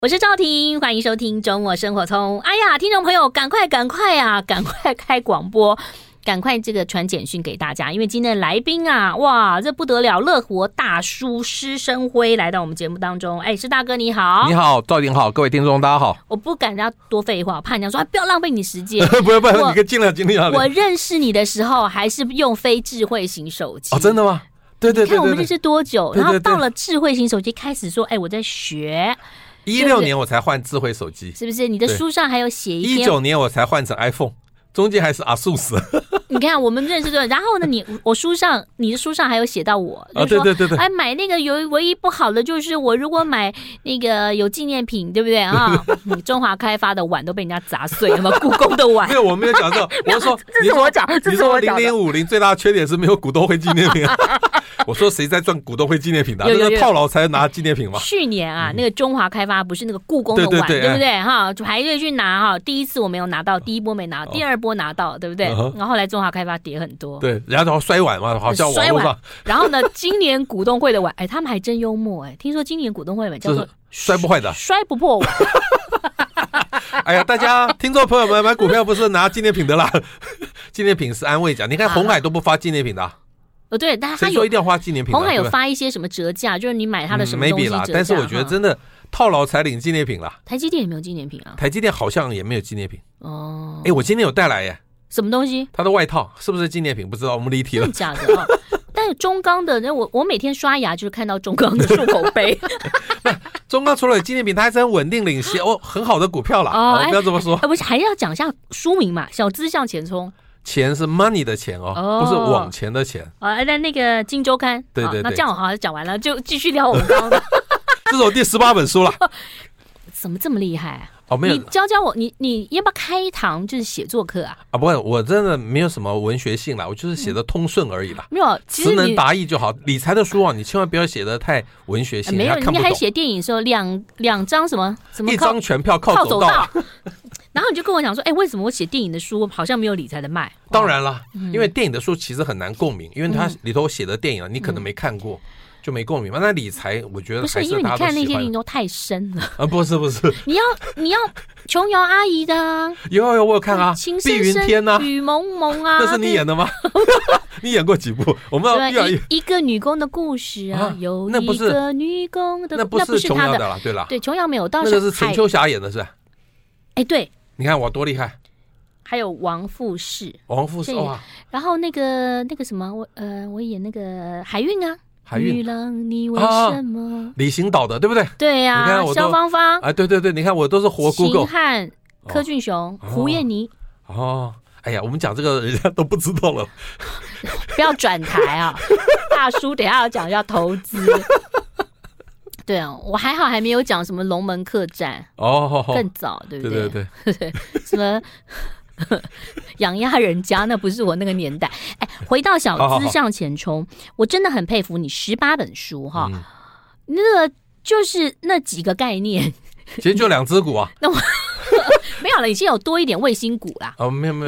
我是赵婷，欢迎收听周末生活通。哎呀，听众朋友，赶快啊，赶快开广播，赶快这个传简讯给大家，因为今天的来宾啊，哇，这不得了，乐活大叔施昇辉来到我们节目当中。哎，施大哥你好。 你好，赵婷好，各位听众大家好。 我不敢让多废话，我怕人家说不要浪费你时间。 不会，你可以尽量。 我认识你的时候还是用非智慧型手机。 哦，真的吗？对， 看我们认识多久， 对然后到了智慧型手机开始说，哎，我在学。 16年我才换智慧手机， 是不是？你的书上还有写一篇。 19年我才换成 iPhone， 中间还是 ASUS。你看我们认识的，然后呢，你的书上还有写到我，就是说对， 哎，买那个唯一不好的就是我如果买那个有纪念品，对不对啊？你中华开发的碗都被人家砸碎了嘛，故宫的碗。 没有，我没有讲这，我说这是我讲， 你说0050最大的缺点是没有股东会纪念品。我说谁在赚股东会纪念品的？那个套牢才拿纪念品嘛。 去年啊，那个中华开发不是那个故宫的碗，对不对哈？就排队去拿哈。第一次我没有拿到，第一波没拿到，第二波拿到，对不对？然后后来中华开发跌很多， 对，然后摔碗嘛，好像网络上。 然后呢，今年股东会的碗，哎，他们还真幽默哎。听说今年股东会的碗叫做摔不坏的， 摔不破碗。 哎呀，大家听众朋友们，买股票不是拿纪念品的啦，纪念品是安慰奖。你看鸿海都不发纪念品的。 对，但谁说一定要花纪念品？ 鸿海有发一些什么折价，就是你买它的什么东西折价。 但是我觉得真的套牢才领纪念品啦。 台积电也没有纪念品啊。 台积电好像也没有纪念品哦。 哎，我今天有带来耶。 什么东西？ 他的外套是不是纪念品？不知道，我们离题了。 真的假的啊？但是中钢的，我每天刷牙就是看到中钢的漱口杯。 中钢除了有纪念品，它还是很稳定领息哦，很好的股票啦。哦，不要这么说。 不是，还要讲一下书名嘛？小资向前冲。 钱是 money 的钱哦，不是往前的钱。 那个金周刊， 对， 那这样我好像讲完了，就继续聊我们刚刚的。 这是我第18本书了。 怎么这么厉害啊？ 哦，没有， 你教我，你要不要开一堂就是写作课啊？ 不会，我真的没有什么文学性啦，我就是写的通顺而已啦。 没有， 词能达意就好。理财的书啊，你千万不要写的太文学性， 没有，人家还写电影的时候，两张什么一张全票靠走道。 然后你就跟我讲说，哎，为什么我写电影的书好像没有理财的卖？ 当然了，因为电影的书其实很难共鸣，因为它里头写的电影你可能没看过。就没共鸣嘛？那理财我觉得不是因为你看那些电影都太深了啊！ 不是，你要琼瑶阿姨的啊， 有我有看啊，碧云天啊， 雨蒙蒙啊， 那是你演的吗？你演过几部？我们要一个女工的故事啊，有一个女工的， 那不是琼瑶的啦，对啦， 对，琼瑶没有，到那个是陈秋霞演的是。 哎，对， 你看我多厉害。 还有王富士哇， 然后那个什么，我演那个海运啊。 女郎，你为什么？ 李行导的，对不对？ 对呀，你看萧芳芳啊， 对，你看我都是活 Google。 秦汉、柯俊雄、胡彦妮。 哦，哎呀，我们讲这个人家都不知道了。 不要转台啊，大叔，等一下要讲一下投资。对啊，我还好，还没有讲什么龙门客栈哦，更早，对不对？ 对， 什么？养鸭人家那不是我那个年代。哎，回到小资向前冲，我真的很佩服你18本书哈。那个就是那几个概念， 其实就2只股啊。 那我没有了，已经有多一点卫星股啦。 没有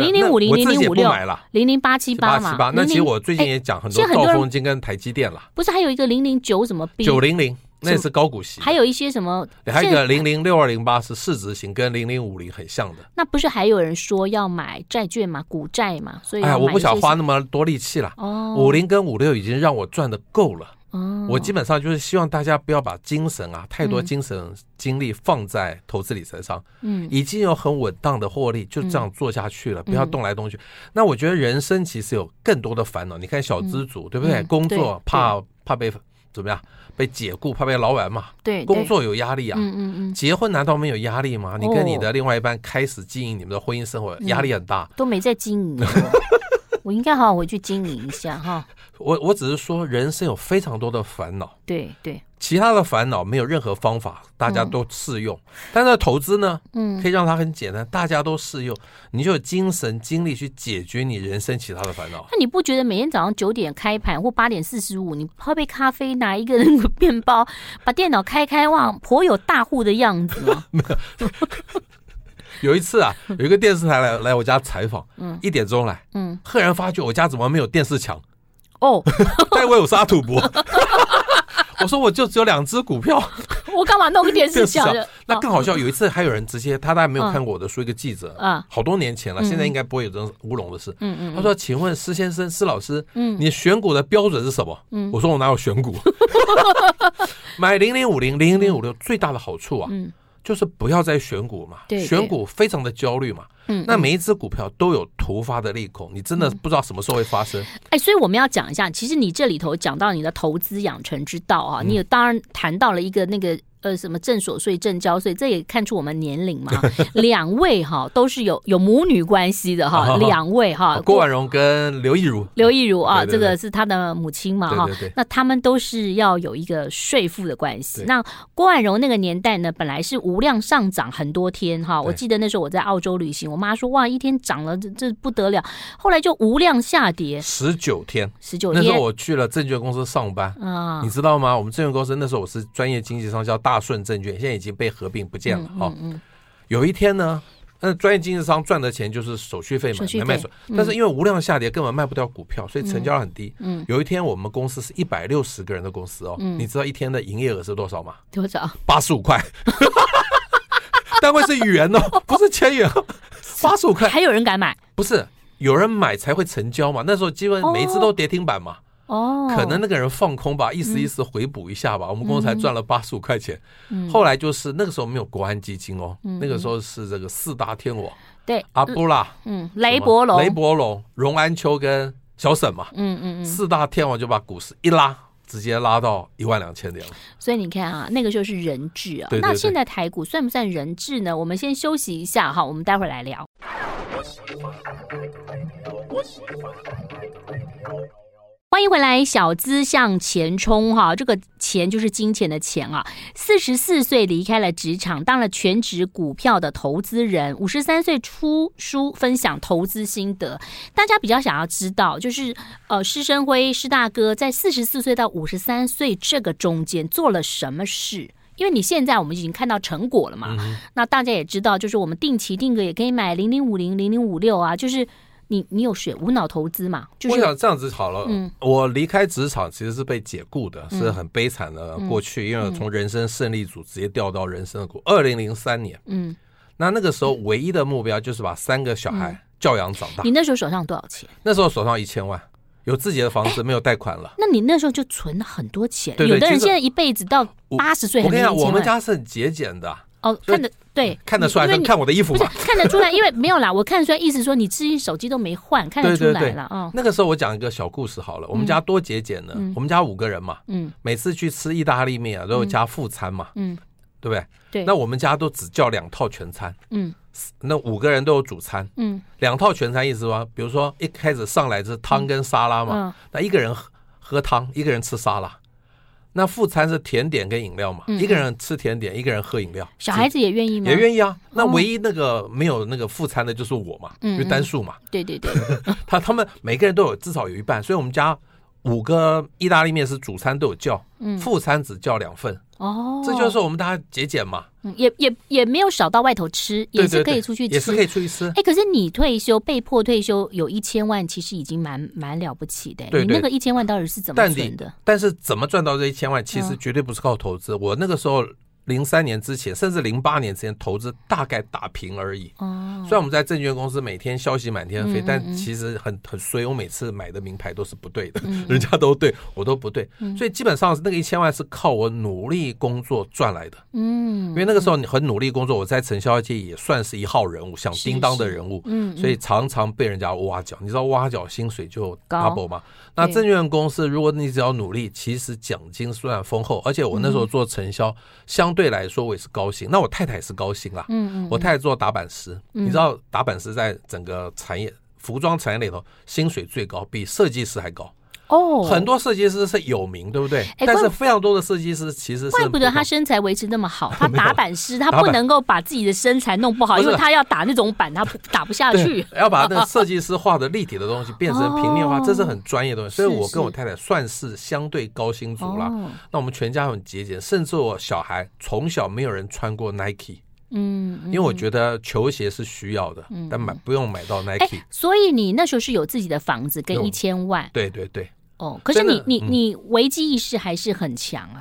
0050、0056、00878嘛。 那其实我最近也讲很多兆丰金跟台积电了。 不是还有一个009什么 B 900。那是高股息， 还有一些什么？ 还有一个006208是市值型，跟0050很像的。 那不是还有人说要买债券嘛，股债嘛？所以我不想花那么多力气了。50跟56已经让我赚的够了。我基本上就是希望大家不要把精神啊，太多精神精力放在投资理财上。已经有很稳当的获利，就这样做下去了，不要动来动去。那我觉得人生其实有更多的烦恼。你看小资族，对不对？工作怕被怎么样？被解雇，怕被老板骂。 对， 工作有压力啊。结婚难道没有压力吗？你跟你的另外一半开始经营你们的婚姻生活，压力很大。 都没在经营，我应该好好回去经营一下哈。 我只是说，人生有非常多的烦恼。 对， 其他的烦恼没有任何方法，大家都适用。但是投资呢，可以让它很简单，大家都适用，你就有精神精力去解决你人生其他的烦恼。 那你不觉得每天早上9点开盘或8点45，你喝杯咖啡，拿一个那个面包，把电脑开，哇，颇有大户的样子吗？ 有一次啊，有一个电视台来我家采访，1点钟来，赫然发觉我家怎么没有电视墙。他以为我是阿土伯。我说我就只有2只股票， 我干嘛弄个电视墙？ 那更好笑，有一次还有人直接，他大概没有看过我的书，一个记者，好多年前了，现在应该不会有这种乌龙的事。他说：“请问施先生、施老师，你选股的标准是什么？”我说：“我哪有选股？买0050、0056最大的好处啊，就是不要再选股嘛，选股非常的焦虑嘛。”那每一只股票都有突发的利空，你真的不知道什么时候会发生。 所以我们要讲一下，其实你这里头讲到你的投资养成之道啊，你也当然谈到了一个那个什么正所税、正交税，这也看出我们年龄嘛。两位哈都是有母女关系的哈，两位哈， 郭婉蓉跟刘亦儒啊， 这个是他的母亲嘛哈。那他们都是要有一个税负的关系。那郭婉蓉那个年代呢，本来是无量上涨很多天哈，我记得那时候我在澳洲旅行，我妈说哇，一天涨了这不得了，后来就无量下跌 19天。那时候我去了证券公司上班你知道吗？我们证券公司那时候我是专业经纪商，叫大顺证券，现在已经被合并不见了有一天呢，专业经纪商赚的钱就是手续费嘛，买卖手，但是因为无量下跌，根本卖不掉股票，所以成交量很低。有一天我们公司是160个人的公司你知道一天的营业额是多少吗？ 多少 ？85块。单位是元不是千元，85块。 还有人敢买？ 不是，有人买才会成交嘛。那时候基本每一只都跌停板嘛。可能那个人放空吧，意思回补一下吧。我们公司才赚了85块钱。后来就是那个时候没有国安基金那个时候是这个4大天王， 对， 阿布拉， 雷伯龙、荣安秋跟小沈嘛，4大天王就把股市一拉，直接拉到12000点了。 所以你看啊，那个就是人治啊。那现在台股算不算人治呢？我们先休息一下哈，我们待会儿来聊。欢迎回来，小资向前冲哈，这个钱就是金钱的钱啊。44岁离开了职场，当了全职股票的投资人。53岁出书分享投资心得。大家比较想要知道，就是施昇輝施大哥在44岁到53岁这个中间做了什么事？因为你现在我们已经看到成果了嘛，那大家也知道，就是我们定期定额也可以买0050、0056啊，就是你有学无脑投资嘛？就是我想这样子好了。我离开职场其实是被解雇的，是很悲惨的过去，因为从人生胜利组直接调到人生的股。2003年，那个时候唯一的目标就是把3个小孩教养长大。 你那时候手上多少钱？ 那时候手上1000万，有自己的房子，没有贷款了。 那你那时候就存了很多钱。有的人现在一辈子到80岁还没1000万。 我跟你讲，我们家是很节俭的。看得出来，看我的衣服嘛， 看得出来，因为没有啦，我看得出来，意思说你至于手机都没换，看得出来了。 那个时候我讲一个小故事好了，我们家多节俭呢，我们家5个人嘛，每次去吃意大利面都有加副餐嘛，对不对？ 对。 那我们家都只叫2套全餐，那5个人都有主餐，2套全餐意思说，比如说一开始上来是汤跟沙拉嘛，那一个人喝汤，一个人吃沙拉。那副餐是甜点跟饮料嘛，一个人吃甜点，一个人喝饮料。 小孩子也愿意吗？ 也愿意啊。那唯一那个没有那个副餐的就是我嘛，因为单数嘛。 对。 他们每个人都有至少有一半，所以我们家5个意大利面是主餐都有叫，副餐只叫2份。这就是我们大家节俭嘛。 也没有少到外头吃，也是可以出去吃， 也是可以出去吃。 可是你被迫退休，有1000万，其实已经蛮了不起的。 对， 你那个1000万到底是怎么存的？ 但是怎么赚到这1000万，其实绝对不是靠投资。我那个时候03年之前，甚至08年之前投资大概打平而已。虽然我们在证券公司每天消息满天飞，但其实很衰。我每次买的名牌都是不对的，人家都对，我都不对。所以基本上那个1000万是靠我努力工作赚来的。因为那个时候你很努力工作，我在承销界也算是一号人物，响叮当的人物。所以常常被人家挖角。你知道挖角薪水就 double 吗？那证券公司如果你只要努力，其实奖金虽然丰厚，而且我那时候做承销，相对来说我也是高薪。那我太太也是高薪啦。我太太做打板师，你知道打板师在整个产业服装产业里头薪水最高，比设计师还高。很多设计师是有名，对不对？但是非常多的设计师其实是怪不得他身材维持那么好。他打板师，他不能够把自己的身材弄不好，因为他要打那种板，他打不下去。 要把那个设计师画的立体的东西变成平面化，这是很专业的东西。所以我跟我太太算是相对高薪族啦。那我们全家很节俭，甚至我小孩从小没有人穿过 Nike。因为我觉得球鞋是需要的，但不用买到 Nike。 所以你那时候是有自己的房子跟1000万。 对。 可是你危机意识还是很强啊。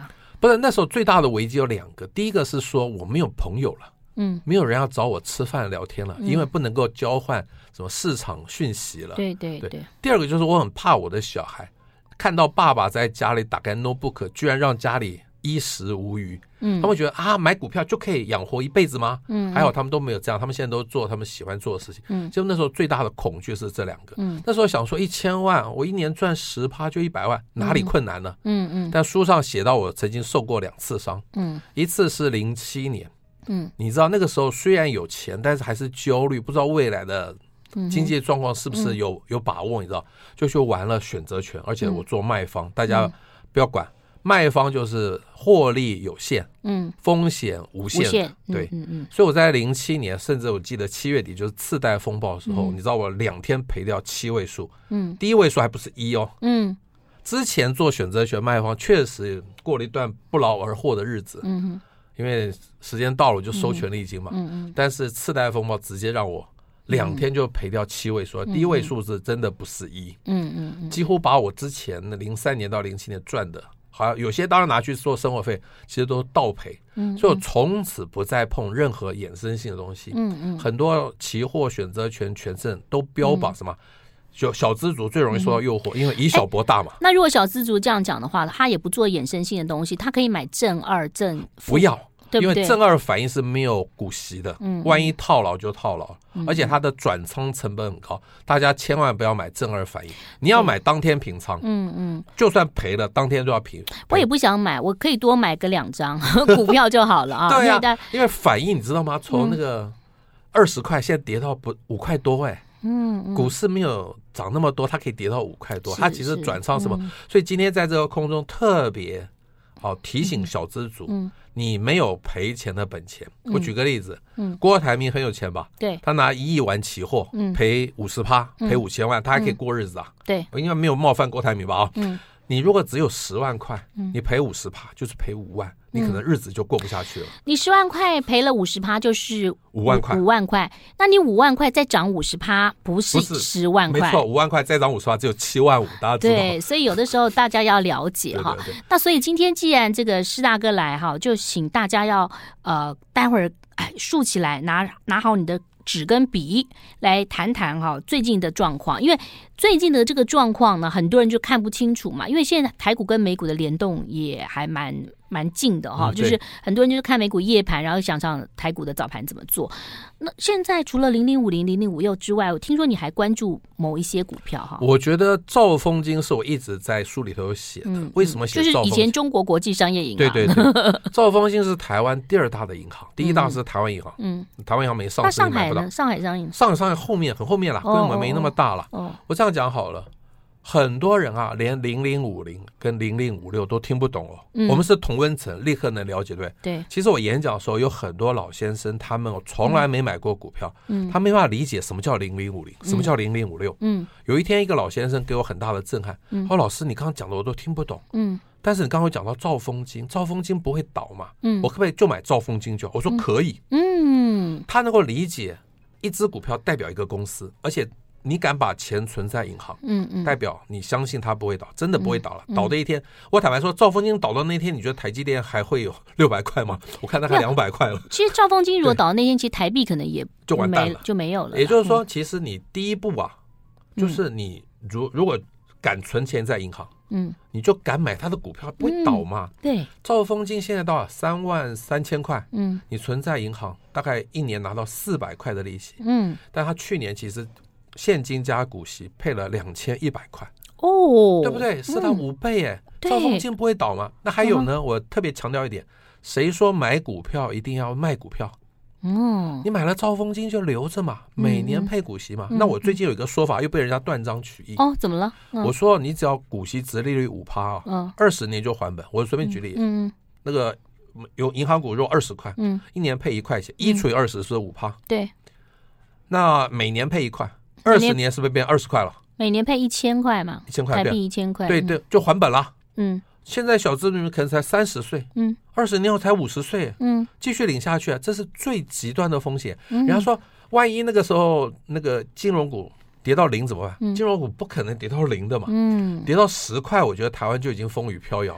不是，那时候最大的危机有2个，第一个是说我没有朋友了。没有人要找我吃饭聊天了，因为不能够交换什么市场讯息了。 对。 第二个就是我很怕我的小孩看到爸爸在家里打开 notebook， 居然让家里衣食无余。他们觉得啊，买股票就可以养活一辈子吗？还好他们都没有这样，他们现在都做他们喜欢做的事情。就那时候最大的恐惧是这2个。那时候想说1000万，我1年赚10%就100万，哪里困难呢？但书上写到我曾经受过2次伤。一次是07年。你知道那个时候虽然有钱，但是还是焦虑，不知道未来的经济状况是不是有把握，你知道，就去玩了选择权，而且我做卖方，大家不要管，卖方就是获利有限，风险无限，对，所以我在07年，甚至我记得7月底就是次贷风暴的时候，你知道我2天赔掉7位数，第一位数还不是1哦，之前做选择权卖方确实过了一段不劳而获的日子，因为时间到了我就收权利金嘛，但是次贷风暴直接让我2天就赔掉7位数，第一位数是真的不是1，几乎把我之前的03年到07年赚的，好像有些当然拿去做生活费，其实都倒赔，所以我从此不再碰任何衍生性的东西，很多期货、选择权、权证都标榜什么。小资族最容易受到诱惑，因为以小博大嘛。 那如果小资族这样讲的话，他也不做衍生性的东西，他可以买正二正负， 不要， 对不对？ 因为正二反应是没有股息的，万一套牢就套牢，而且它的转仓成本很高，大家千万不要买正二反应，你要买当天平仓，就算赔了当天就要平。 我也不想买，我可以多买个2张股票就好了啊。 对啊，因为反应你知道吗？从那个20块，现在跌到5块多股市没有涨那么多，它可以跌到5块多，它其实转仓什么，所以今天在这个空中特别提醒小资族，你没有赔钱的本钱。我举个例子，郭台铭很有钱吧？对，他拿1亿玩期货，赔50%，赔5000万，他还可以过日子啊。对，我应该没有冒犯郭台铭吧？你如果只有10万块，你赔50%就是赔5万，你可能日子就过不下去了。 你10万块赔了50%就是 5万块，5 万块，那你5万块再涨50%，不是10万块？ 没错，5万块再涨50%只有7万5，大家知道。 对，所以有的时候大家要了解哈。那所以今天既然这个施大哥来哈，就请大家要待会儿竖起来，拿好你的纸跟笔来谈谈最近的状况，因为最近的这个状况呢，很多人就看不清楚嘛，因为现在台股跟美股的联动也还蛮近的就是很多人就是看美股夜盘，然后想想台股的早盘怎么做。那现在除了0050、0056之外，我听说你还关注某一些股票我觉得兆丰金是我一直在书里头有写的，为什么写兆丰金？ 就是以前中国国际商业银行。 对，兆丰金是台湾第2大的银行，第1大是台湾银行。台湾银行没上市， 上海呢？上海商业银行， 上海后面很后面了，规模没那么大了。我这样讲好了。很多人连0050跟0056都听不懂我们是同温层，立刻能了解，对。其实我演讲的时候有很多老先生，他们从来没买过股票，他没办法理解什么叫0050，什么叫0056。有一天一个老先生给我很大的震撼，说老师你刚刚讲的我都听不懂，但是你刚刚讲到兆丰金，兆丰金不会倒嘛？我可不可以就买兆丰金就好？我说可以。他能够理解一只股票代表一个公司，而且你敢把钱存在银行，代表你相信它不会倒，真的不会倒了。倒的一天，我坦白说，兆丰金倒到那天，你觉得台积电还会有600块吗？我看它还200块了。 其实兆丰金如果倒的那天，其实台币可能也就完蛋了， 就没有了。 也就是说，其实你第一步就是你如果敢存钱在银行，你就敢买它的股票，不会倒嘛。 对， 兆丰金现在到33000块，你存在银行大概1年拿到400块的利息，但它去年其实现金加股息配了2100块对不对？是它5倍兆丰金不会倒吗？那还有呢，我特别强调一点，谁说买股票一定要卖股票？你买了兆丰金就留着嘛，每年配股息嘛。那我最近有一个说法又被人家断章取义。 怎么了？ 我说你只要股息殖利率5%， 20年就还本。我随便举例，那个有银行股如果20块，一年配1块钱，1除以20是5%。对，那每年配1块，20年是不是变20块了？ 每年配1000块嘛 ，1000块台币1000块。 对，就还本了。现在小资女可能才30岁，20年后才50岁，继续领下去这是最极端的风险。人家说，万一那个时候那个金融股跌到0怎么办？金融股不可能跌到0的嘛，跌到10块，我觉得台湾就已经风雨飘摇了。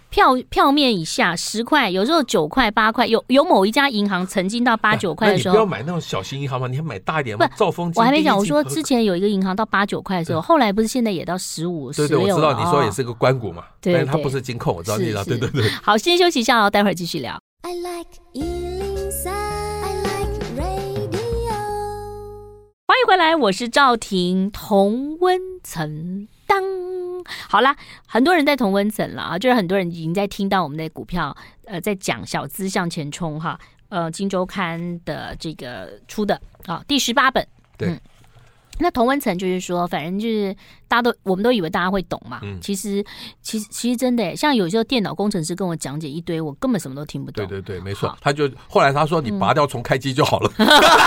票面以下10块，有时候9块、8块，有某一家银行曾经到8、9块的时候， 你不要买那种小型银行嘛，你要买大一点嘛。兆丰金， 我还没讲，我说之前有一个银行到8、9块的时候，后来不是现在也到15、16。 对，我知道你说也是个官股嘛， 对， 但是它不是金控，我知道你知道，对。 好，先休息一下哦，待会儿继续聊。 I like 103, I like radio。 欢迎回来，我是赵婷。同温层当好啦，很多人在同温层了啊，就是很多人已经在听到我们的股票在讲小资向前冲哈，金周刊的这个出的啊第18本， 对。 那同温层就是说，反正就是我们都以为大家会懂嘛，其实真的耶，像有时候电脑工程师跟我讲解一堆，我根本什么都听不懂。 对，没错。后来他说你拔掉重开机就好了。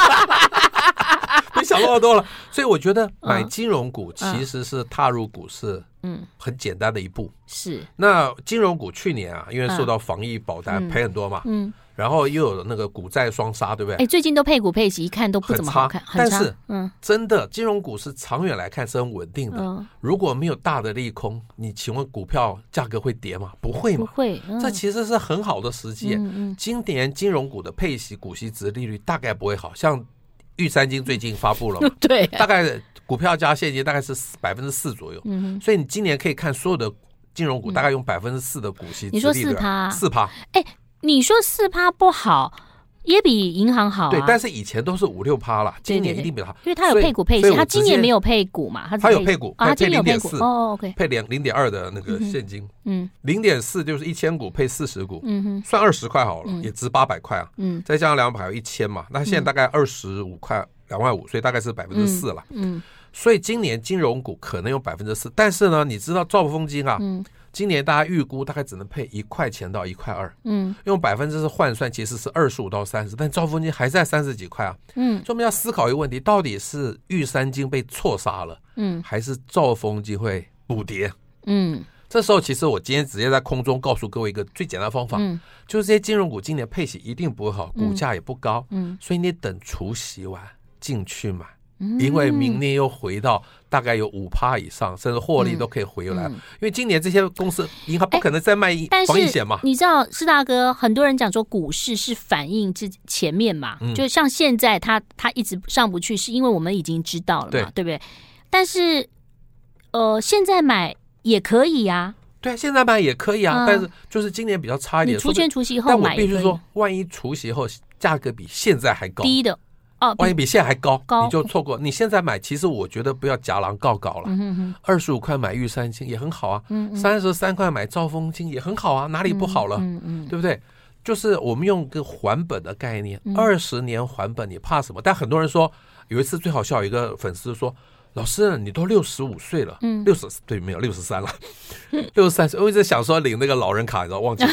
没想那么多了，所以我觉得买金融股其实是踏入股市很简单的一步。 是。那金融股去年啊，因为受到防疫保单赔很多嘛，然后又有那个股债双杀，对不对？ 最近都配股配息，一看都不怎么好看，很差。 但是，真的金融股是长远来看是很稳定的。如果没有大的利空，你请问股票价格会跌吗？不会嘛， 不会。 这其实是很好的时机。今年金融股的配息、股息殖利率大概不会好，像玉山金最近发布了嘛， 对， 大概股票加现金大概是4%左右。所以你今年可以看所有的金融股大概用4%的股息殖利率。 你说4%？4%？你说4%不好，也比银行好啊。 对，但是以前都是5-6%了，今年一定比它好， 因为它有配股配息，它今年没有配股嘛， 它有配股， 它今年有配股 ，0.4，配0.2的那个现金，0.4就是1000股配40股，算20块好了，也值800块啊，再加上200有1000嘛，那现在大概25块25000，所以大概是4%了，所以今年金融股可能有4%，但是呢，你知道兆丰金啊？今年大家预估大概只能配1块钱到1块2，用4%换算其实是25到30，但兆丰金还在30几块啊，所以我们要思考一个问题，到底是玉山金被错杀了，还是兆丰金会补跌？这时候其实我今天直接在空中告诉各位一个最简单的方法，就是这些金融股今年配息一定不会好，股价也不高，所以你等除息完进去买。因为明年又回到大概有5%以上，甚至获利都可以回来。因为今年这些公司银行不可能再卖防疫险嘛。 你知道施大哥，很多人讲说股市是反映前面嘛，就像现在它一直上不去，是因为我们已经知道了嘛，对不对？但是现在买也可以啊。 对，现在买也可以啊，但是就是今年比较差一点。 你除权除息后买也可以， 但我必须说，万一除息后价格比现在还高， 低的。 万一比现在还高，你就错过。你现在买，其实我觉得不要假狼告稿了。25块买玉山金也很好啊，33块买兆丰金也很好啊，哪里不好了？对不对？就是我们用个还本的概念，20年还本，你怕什么？但很多人说，有一次最好笑，有一个粉丝说：“老师，你都65岁了，60对没有63了，63岁，我一直想说领那个老人卡，你知道忘记了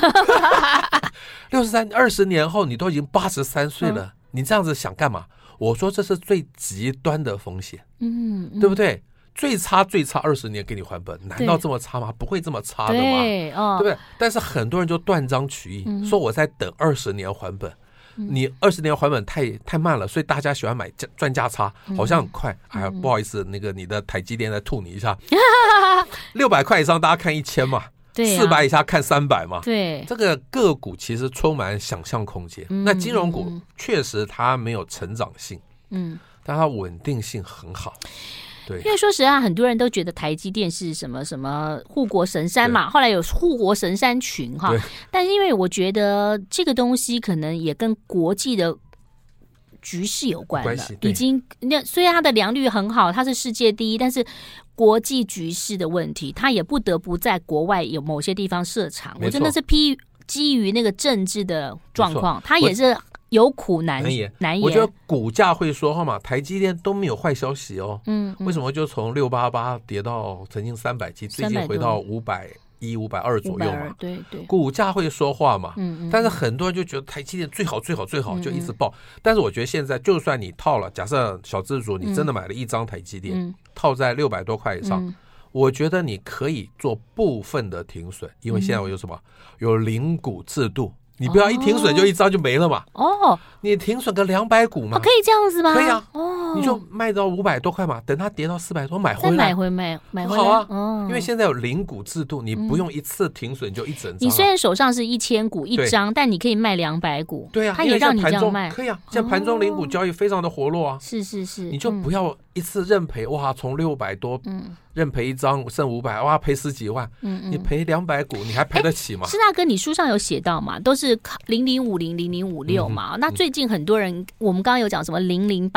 63，20年后你都已经83岁了，你这样子想干嘛？”我说这是最极端的风险，对不对？最差20年给你还本，难道这么差吗？不会这么差的嘛，对不对？但是很多人就断章取义，说我在等20年还本，你20年还本太慢了，所以大家喜欢买赚价差，好像很快。哎呀，不好意思，那个你的台积电再吐你一下，600块以上大家看1000嘛。400以下看300嘛， 对， 这个个股其实充满想象空间。那金融股确实它没有成长性，但它稳定性很好。对， 因为说实话，很多人都觉得台积电是什么什么护国神山嘛，后来有护国神山群哈。但是因为我觉得这个东西可能也跟国际的局势有关了，已经虽然它的良率很好，它是世界第一，但是国际局势的问题，它也不得不在国外有某些地方设厂。我真的是基于那个政治的状况，它也是有苦难言。 我觉得股价会说话嘛，台积电都没有坏消息哦。为什么就从688跌到曾经300几，最近回到500。520左右嘛， 对， 股价会说话嘛，但是很多人就觉得台积电最好，就一直爆。但是我觉得现在就算你套了，假设小资主你真的买了一张台积电，套在600多块以上，我觉得你可以做部分的停损，因为现在我有什么有零股制度，你不要一停损就一张就没了嘛。你停损个200股嘛， 可以这样子吗？ 可以啊。 你就卖到500多块嘛，等它跌到400多买回来， 再买回来， 好啊，因为现在有零股制度，你不用一次停损就一整张。 你虽然手上是1000股一张，但你可以卖200股， 对啊， 它也让你这样卖， 可以啊。像盘中零股交易非常的活络啊， 是， 你就不要一次认赔，哇，从600多，认赔一张剩500，哇，赔10几万，你赔200股，你还赔得起吗？ 施大哥，你书上有写到嘛，都是0050、0056嘛。那最近很多人，我们刚刚有讲什么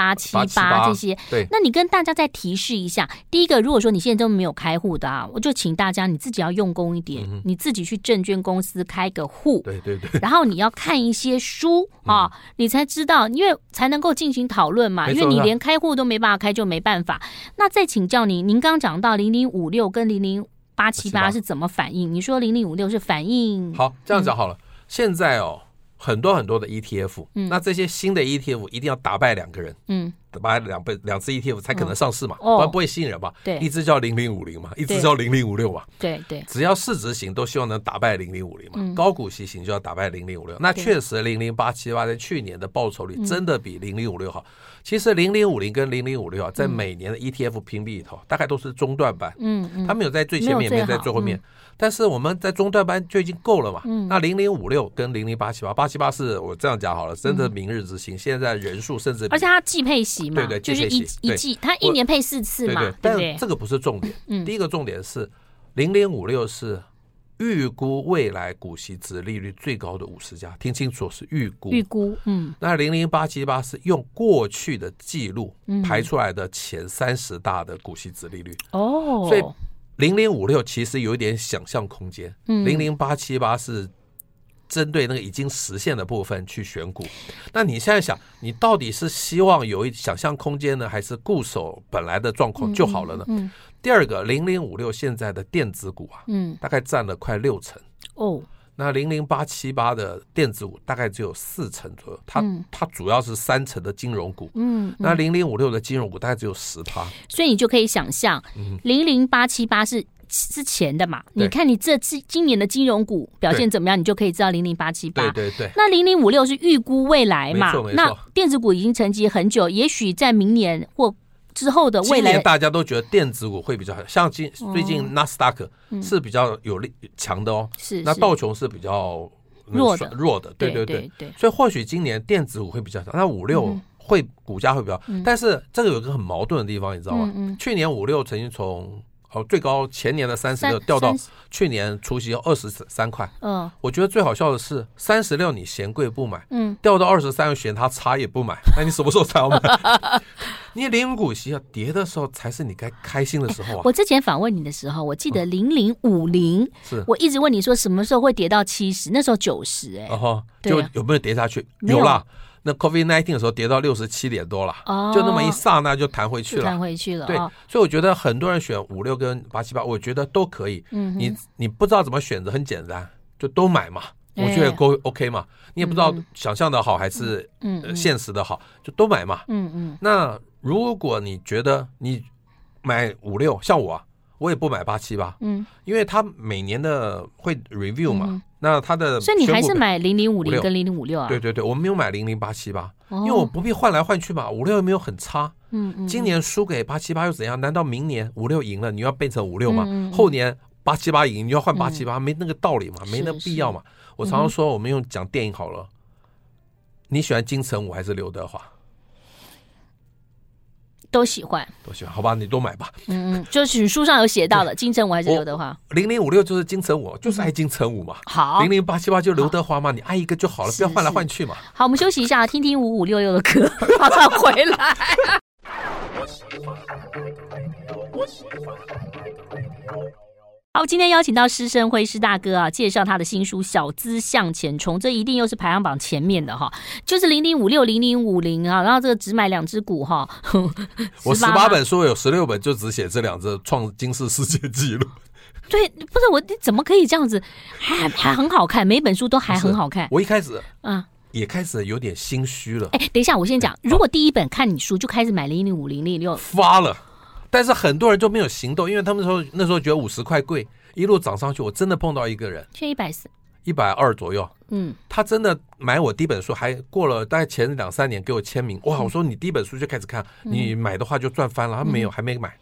00878这些， 对， 那你跟大家再提示一下。第一个，如果说你现在都没有开户的啊，我就请大家你自己要用功一点，你自己去证券公司开个户， 对， 然后你要看一些书啊，你才知道，因为才能够进行讨论嘛。因为你连开户都没办法开，就没办法。那再请教你，您刚刚讲到0056跟00878是怎么反应？你说0056是反应好，这样讲好了。现在很多的 ETF，那这些新的 ETF 一定要打败2个人，打败两只 ETF 才可能上市嘛，不然不会吸引人嘛。 对， 一只叫0050嘛，一只叫0056嘛。 对， 只要市值型都希望能打败0050嘛，高股息型就要打败0056。那确实00878在去年的报酬率真的比0056好。其实0050跟0056在每年的 ETF 评比里头，大概都是中段班，他没有在最前面，也没有在最后面。但是我们在中段班就已经够了嘛。那0056跟00878是我这样讲好了，真的明日之星。现在人数甚至而且它季配息嘛， 对， 就是一季，它1年配4次嘛，对不对？ 但这个不是重点。第一个重点是0056是预估未来股息殖利率最高的50家，听清楚，是预估。那00878是用过去的记录排出来的前30大的股息殖利率。所以0056其实有一点想象空间，00878是针对那个已经实现的部分去选股。那你现在想，你到底是希望有一想象空间呢，还是固守本来的状况就好了呢？第二个，0056现在的电子股啊，大概占了快60%。那00878的电子股大概只有4成左右，它主要是3成的金融股。那0056的金融股大概只有10%。 所以你就可以想象，00878是之前的嘛？你看你今年的金融股表现怎么样，你就可以知道00878。 对。 那0056是预估未来嘛？ 没错。 那电子股已经沉寂很久，也许在明年或之后的未来， 今年大家都觉得电子股会比较好，像最近纳斯达克是比较强的哦，那道琼是比较弱的，对。所以或许今年电子股会比较强，那56会股价会比较，但是这个有一个很矛盾的地方，你知道吗？去年56曾经从最高前年的36掉到去年除息23块。我觉得最好笑的是36你嫌贵不买，掉到23又嫌它差也不买，那你什么时候才要买？你领股息跌的时候才是你该开心的时候啊！ 我之前访问你的时候，我记得0050，我一直问你说什么时候会跌到70，那时候90， 就有没有跌下去？有啦。那 COVID-19 的时候跌到67点多了，就那么一刹那就弹回去了，对，所以我觉得很多人选56跟878，我觉得都可以。你不知道怎么选择，很简单，就都买嘛。我觉得够 OK 嘛。你也不知道想象的好还是现实的好，就都买嘛。那如果你觉得你买56，像我也不买878，因为它每年的会 review 嘛。那它的， 所以你还是买0050跟0056啊？ 对，我没有买000878，因为我不必换来换去嘛。56又没有很差，今年输给878又怎样？难道明年56赢了，你要变成56吗？后年878赢，你要换878，没那个道理嘛，没那必要嘛。我常常说，我们用讲电影好了，你喜欢金城武还是刘德华？ 都喜欢， 好吧，你都买吧。 就是书上有写到的，金城武还是刘德华 ？0056就是金城武，就是爱金城武嘛。 好 ，000878就刘德华嘛，你爱一个就好了，不要换来换去嘛。 好，我们休息一下，听听5566的歌，马上回来。好，今天邀请到施昇輝施大哥啊，介绍他的新书《小资向前冲》，这一定又是排行榜前面的哈，就是0056、0050啊，然后这个只买2只股哈。 我18本书有16本就只写这2只创金氏世界纪录。 对，不是我怎么可以这样子，还很好看，每本书都还很好看。 我一开始也开始有点心虚了。 等一下，我先讲，如果第一本看你书就开始买0050、0056， 发了。但是很多人就没有行动，因为他们那时候觉得50块贵，一路涨上去。我真的碰到一个人， 现在 120左右。他真的买我第一本书，还过了大概前2-3年给我签名。哇，我说你第一本书就开始看，你买的话就赚翻了。他没有，还没买。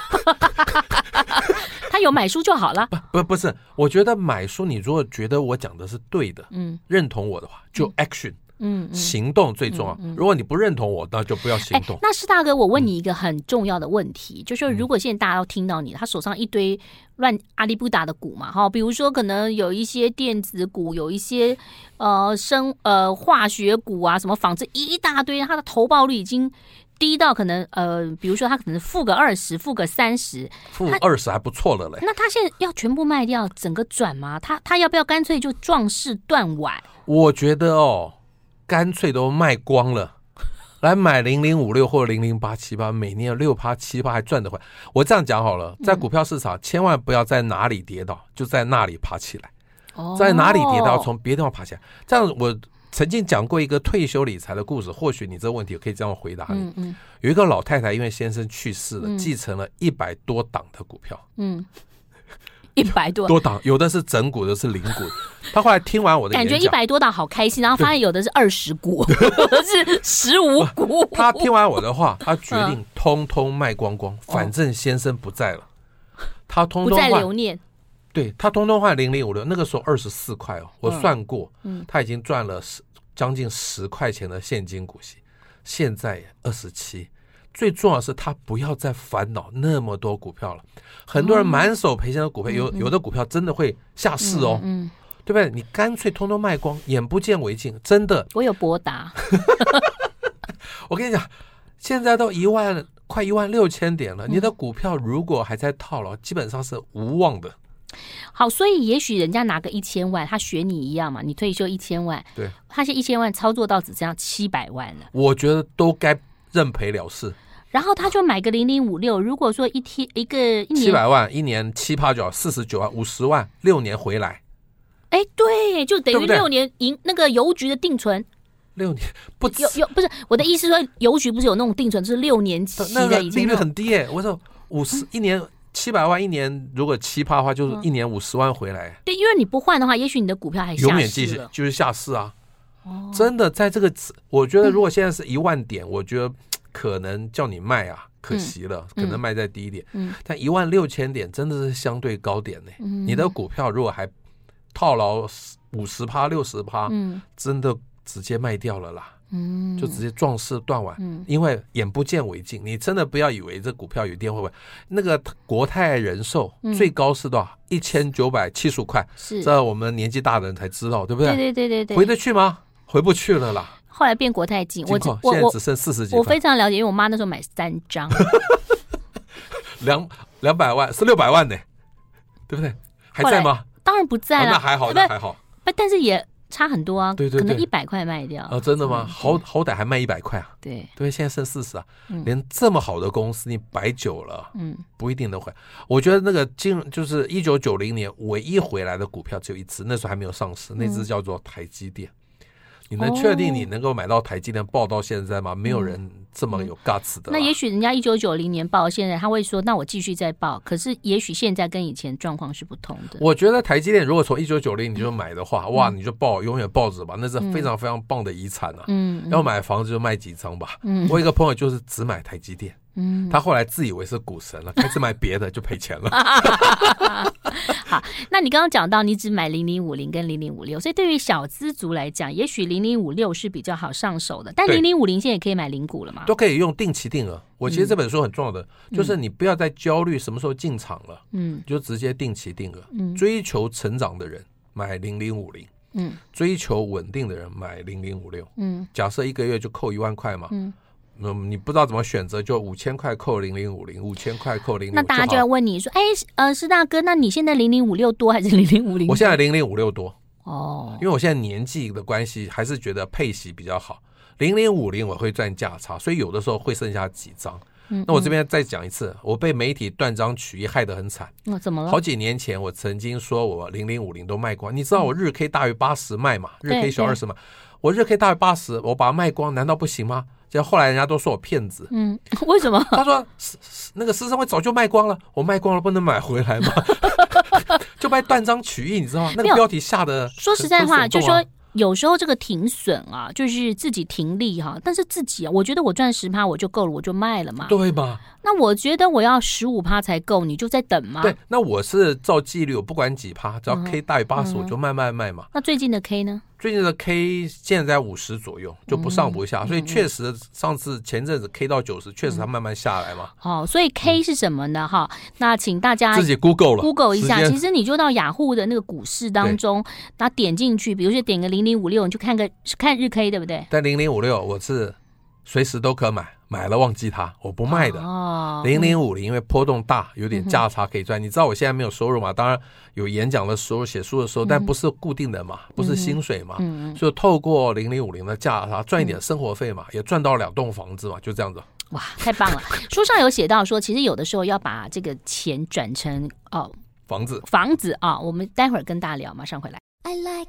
他有买书就好了。 不是，我觉得买书，你如果觉得我讲的是对的，认同我的话，就 action。行动最重要。如果你不认同我，那就不要行动。 那施大哥，我问你一个很重要的问题，就是如果现在大家都听到你，他手上一堆乱阿里不达的股嘛，哈，比如说可能有一些电子股，有一些化学股啊，什么纺织一大堆，它的投报率已经低到可能比如说他可能负个20%，负个30%， 负20还不错了嘞。 那他现在要全部卖掉，整个转吗？他要不要干脆就壮士断腕？ 我觉得干脆都卖光了，来买0056或者00878，每年有6%、7%还赚得回来。我这样讲好了，在股票市场千万不要在哪里跌倒，就在那里爬起来。在哪里跌倒，从别的地方爬起来。这样我曾经讲过一个退休理财的故事，或许你这个问题可以这样回答你。有一个老太太因为先生去世了，继承了100多档的股票。100多档，有的是整股，有的是零股。他后来听完我的演讲， 感觉100多档好开心，然后发现有的是20股，有的是15股。 他听完我的话，他决定通通卖光光，反正先生不在了，他通通不再留念。 对，他通通换0056，那个时候24块我算过，他已经赚了将近10块钱的现金股息，现在27。最重要的是他不要再烦恼那么多股票了。很多人满手赔钱的股票，有的股票真的会下市对不对？你干脆通通卖光，眼不见为净，真的。 我有博达。 我跟你讲，现在都快16000点了，你的股票如果还在套牢，基本上是无望的。 好，所以也许人家拿个1000万，他学你一样嘛，你退休1000万， 对， 他现在1000万操作到只剩下700万了， 我觉得都该认赔了事。 然后他就买个0056，如果说一年 700万，一年7%就要49万，50万，6年回来。 对，就等于6年赢那个邮局的定存。 6年不止不是我的意思说，邮局不是有那种定存，就是6年期的， 那个利率很低我说一年700万，一年如果7%的话，就是一年50万回来。 对，因为你不换的话，也许你的股票还下市了， 永远继续就是下市啊。真的，在这个我觉得如果现在是1万点，我觉得可能叫你卖可惜了，可能卖在低一点。但16000点真的是相对高点呢。你的股票如果还套牢50%、60%，真的直接卖掉了啦。就直接壮士断腕。因为眼不见为净，你真的不要以为这股票有一天会不会。那个国泰人寿最高是多少？1975块，这我们年纪大的人才知道，对不对？对，回得去吗？回不去了啦。 后来变国泰金，我现在只剩40几块。 我非常了解，因为我妈那时候买3张 ，200万是600万呢，对不对？还在吗？ 当然不在了。 那还好，那还好。 但是也差很多啊， 对， 可能100块卖掉。 真的吗？好歹还卖100块啊。 对， 现在剩40啊。连这么好的公司你摆久了，不一定能回来。我觉得那个就是1990年唯一回来的股票只有一只，那时候还没有上市，那只叫做台积电。你能确定你能够买到台积电报到现在吗？没有人这么有 guts 的。 那也许人家1990年报，现在他会说，那我继续再报。可是也许现在跟以前状况是不同的。我觉得台积电如果从1990你就买的话，哇，你就永远抱着吧，那是非常非常棒的遗产啊。要买房子就卖几张吧。我有一个朋友就是只买台积电。他后来自以为是股神了，开始买别的就赔钱了。 好，那你刚刚讲到你只买0050跟0056，所以对于小资族来讲，也许0056是比较好上手的，但0050现在也可以买零股了嘛？ 都可以用定期定额。我其实这本书很重要的，就是你不要再焦虑什么时候进场了，就直接定期定额。追求成长的人买0050，追求稳定的人买0056。假设一个月就扣1万块嘛。你不知道怎么选择，就5000块扣0050，5000块扣0056。 那大家就要问你说，施大哥，那你现在0056多还是0050？ 我现在0056多因为我现在年纪的关系，还是觉得配息比较好。0050我会赚价差，所以有的时候会剩下几张。那我这边再讲一次，我被媒体断章取义害得很惨。 怎么了？ 好几年前我曾经说我0050都卖光，你知道我日 K 大于80卖嘛，日 K 小20嘛，我日 K 大于80，我把它卖光，难道不行吗？结果后来人家都说我骗子。 为什么？ 他说那个施昇辉早就卖光了，我卖光了不能买回来吗？ 就被断章取义，你知道吗？那个标题下的说实在话，就说有时候这个停损啊，就是自己停利哈，但是自己我觉得我赚10%我就够了，我就卖了嘛， 对吧？ 那我觉得我要15%才够，你就在等吗？ 对，那我是照纪律，我不管几%，只要 K 大于80，我就卖嘛。 那最近的 K 呢？ 最近的 K 现在在50左右，就不上不下，所以确实上次前阵子 K 到90，确实它慢慢下来嘛。 所以 K 是什么呢？那请大家自己 Google 一下，其实你就到雅虎的那个股市当中，那点进去，比如说点个0056，你就看日 K， 对不对？ 但0056我是随时都可买了忘记它，我不卖的。0050因为波动大，有点价差可以赚。你知道我现在没有收入嘛？当然有演讲的收入、写书的收入，但不是固定的嘛，不是薪水嘛。所以透过0050的价差赚一点生活费嘛，也赚到2栋房子嘛，就这样子。 哇，太棒了！书上有写到说，其实有的时候要把这个钱转成房子啊。我们待会儿跟大家聊，马上回来。 I like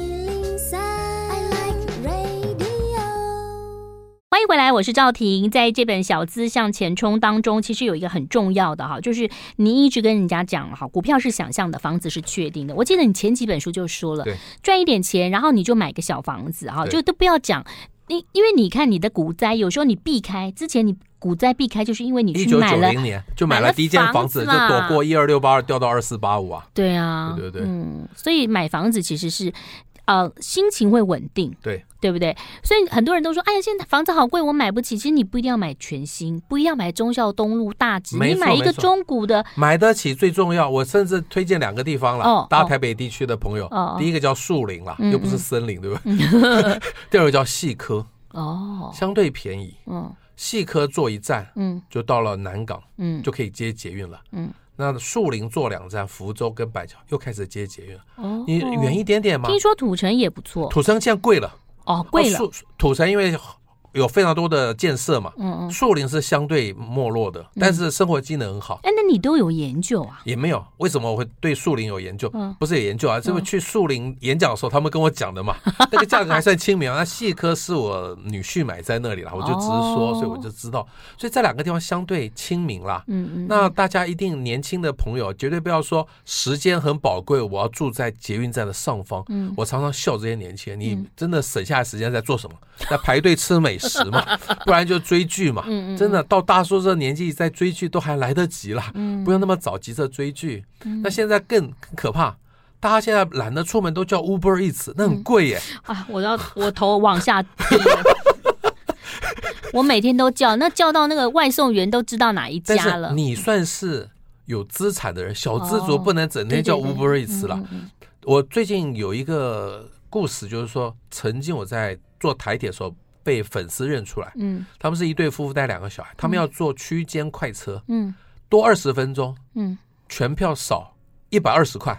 103, I like radio。 欢迎回来，我是赵婷。在这本小资向前冲当中，其实有一个很重要的就是你一直跟人家讲股票是想象的，房子是确定的。我记得你前几本书就说了，赚一点钱，然后你就买个小房子就都不要讲。因为你看你的股灾，有时候你避开之前你股灾避开，就是因为你去买了 1990年就买了第一间房子，就躲过12682掉到2485啊。 对啊， 对， 所以买房子其实是心情会稳定，对不对？所以很多人都说，哎呀，现在房子好贵，我买不起。其实你不一定要买全新，不一定要买忠孝东路大直，你买一个中古的， 买得起最重要。我甚至推荐2个地方了，大台北地区的朋友，第一个叫树林啦，又不是森林，对不对？第二个叫细科，相对便宜，细科坐1站，就到了南港，就可以接捷运了，那树林坐2站，福州跟板桥又开始接捷运了。你远一点点嘛。 听说土城也不错， 土城现在贵了， 贵了。 土城因为有非常多的建设嘛，树林是相对没落的，但是生活机能很好。 那你都有研究啊？ 也没有，为什么我会对树林有研究？不是有研究啊，是去树林演讲的时候他们跟我讲的嘛。那个价格还算亲民啊。那细科是我女婿买在那里啦，我就直说，所以我就知道。所以这2个地方相对亲民啦。那大家一定年轻的朋友绝对不要说时间很宝贵，我要住在捷运站的上方。我常常笑这些年轻人，你真的省下来时间在做什么？在排队吃美食嘛，不然就追剧嘛。真的到大叔这年纪在追剧都还来得及啦，不用那么早急着追剧。那现在更可怕，大家现在懒得出门都叫 Uber Eats， 那很贵耶。 我头往下低了。我每天都叫到那个外送员都知道哪一家了。 但是你算是有资产的人，小资族不能整天叫 Uber Eats 啦。我最近有一个故事，就是说曾经我在做台铁的时候被粉丝认出来，他们是一对夫妇带2个小孩，他们要坐区间快车，多20分钟，全票少120块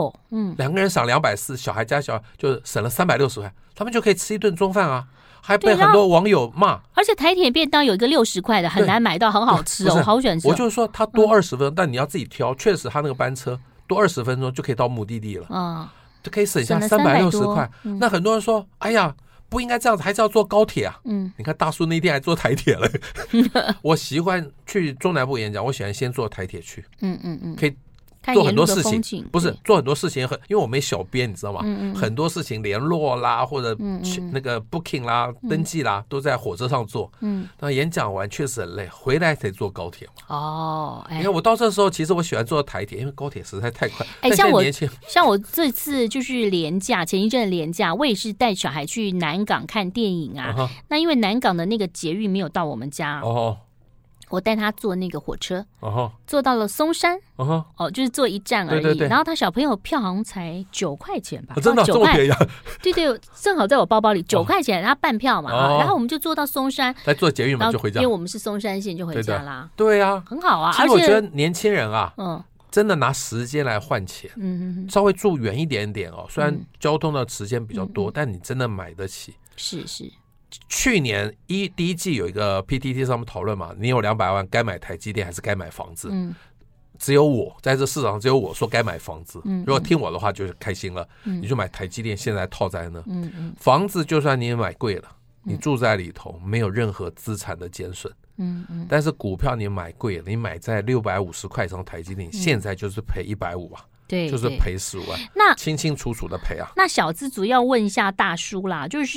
，2个人赏240，小孩加小孩就省了360块，他们就可以吃一顿中饭啊，还被很多网友骂。而且台铁便当有一个60块的，很难买到，很好吃我好喜欢吃。 我就是说他多20分钟，但你要自己挑，确实他那个班车多20分钟就可以到目的地了，就可以省下360块。那很多人说，哎呀，不应该这样子，还是要坐高铁啊。你看大叔那天还坐台铁了。我习惯去中南部演讲，我喜欢先坐台铁去，可以做很多事情，不是做很多事情因为我没小编，你知道吗？很多事情联络啦，或者那个 booking 啦、登记啦，都在火车上做。那演讲完确实很累，回来才坐高铁。你看我到这时候，其实我喜欢坐台铁，因为高铁实在太快。 像我这次就是连假，前一阵连假，我也是带小孩去南港看电影啊。那因为南港的那个捷运没有到我们家。我带他坐那个火车，坐到了松山，就是坐1站而已。然后他小朋友票好像才9块钱吧， 真的这么便宜啊？ 对，正好在我包包里9块钱，他半票嘛。然后我们就坐到松山， 再坐捷运嘛就回家， 因为我们是松山线就回家啦。 对啊， 很好啊。 其实我觉得年轻人啊，真的拿时间来换钱，稍微住远一点点虽然交通的时间比较多，但你真的买得起。 是。 去年第一季有一个 PTT 上面讨论嘛，你有200万该买台积电还是该买房子？只有我在这市场只有我说该买房子。如果听我的话就是开心了，你就买台积电，现在套在那。房子就算你买贵了，你住在里头没有任何资产的减损。但是股票你买贵了，你买在650块以上台积电，现在就是赔150啊。 对， 就是赔15万， 那清清楚楚的赔啊。 那小资族要问一下大叔啦，就是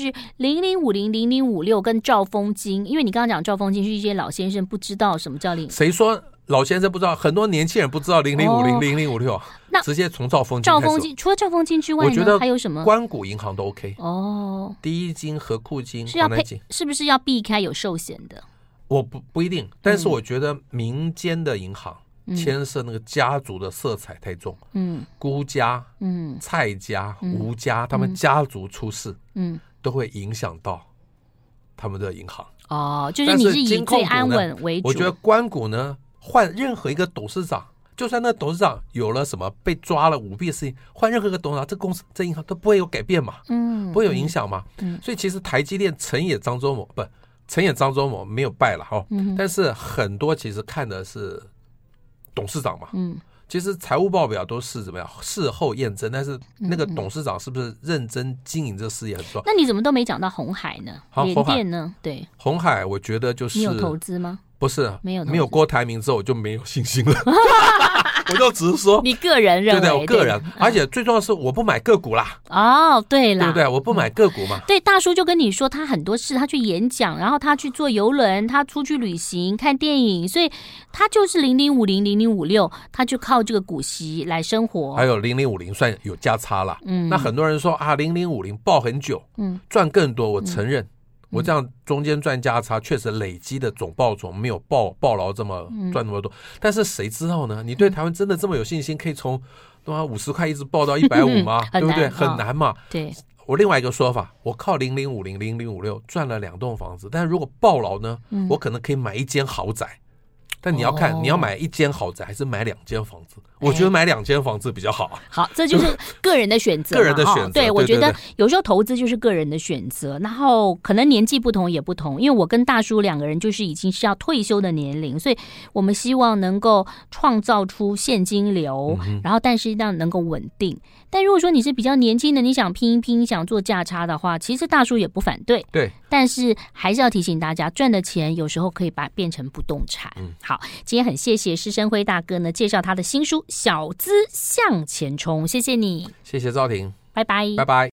0050、0056跟兆丰金，因为你刚刚讲兆丰金是一些老先生不知道什么叫谁说老先生不知道？很多年轻人不知道0050、0056， 那直接从兆丰金兆丰金除了兆丰金之外呢，我觉得还有什么？ 官股银行都 OK 哦。 第一金、和库金、 是要是不是要避开有寿险的？ 我不一定，但是我觉得民间的银行牵涉那个家族的色彩太重，辜家、蔡家、吴家，他们家族出事，都会影响到他们的银行。 哦，就是你是以最安稳为主。 我觉得官股呢，换任何一个董事长，就算那董事长有了什么被抓了舞弊的事情，换任何一个董事长，这公司这银行都不会有改变嘛，不会有影响嘛。所以其实台积电成也张忠谋，不成也张忠谋没有败了哈，但是很多其实看的是董事长嘛，其实财务报表都是怎么样事后验证，但是那个董事长是不是认真经营这事业很重要。 那你怎么都没讲到鸿海呢？联电呢？对， 鸿海我觉得就是你有投资吗？ 不是，没有郭台铭之后我就没有信心了。我就只是说你个人认为， 对我个人，而且最重要的是我不买个股啦。 哦，对啦， 对不对？我不买个股嘛。 对，大叔就跟你说，他很多事，他去演讲，然后他去坐邮轮，他出去旅行、看电影，所以他就是0050、0056，他就靠这个股息来生活。 还有0050算有价差啦。那很多人说啊，0050抱很久，赚更多，我承认。我这样中间赚价差，确实累积的总报酬没有抱牢这么赚那么多，但是谁知道呢？你对台湾真的这么有信心，可以从50块一直抱到150吗？对不对？很难嘛。 对， 我另外一个说法，我靠0050、0056赚了2栋房子，但是如果抱牢呢，我可能可以买一间豪宅。但你要看，你要买一间豪宅还是买2间房子？我觉得买2间房子比较好。 好，这就是个人的选择。 个人的选择， 对，我觉得有时候投资就是个人的选择，然后可能年纪不同也不同。因为我跟大叔2个人就是已经是要退休的年龄，所以我们希望能够创造出现金流，然后但是让能够稳定。但如果说你是比较年轻的，你想拼一拼，想做价差的话，其实大叔也不反对。 对， 但是还是要提醒大家，赚的钱有时候可以变成不动产。好，今天很谢谢施昇辉大哥呢介绍他的新书《小资向前冲》，谢谢你， 谢谢赵婷， 拜拜， 拜拜。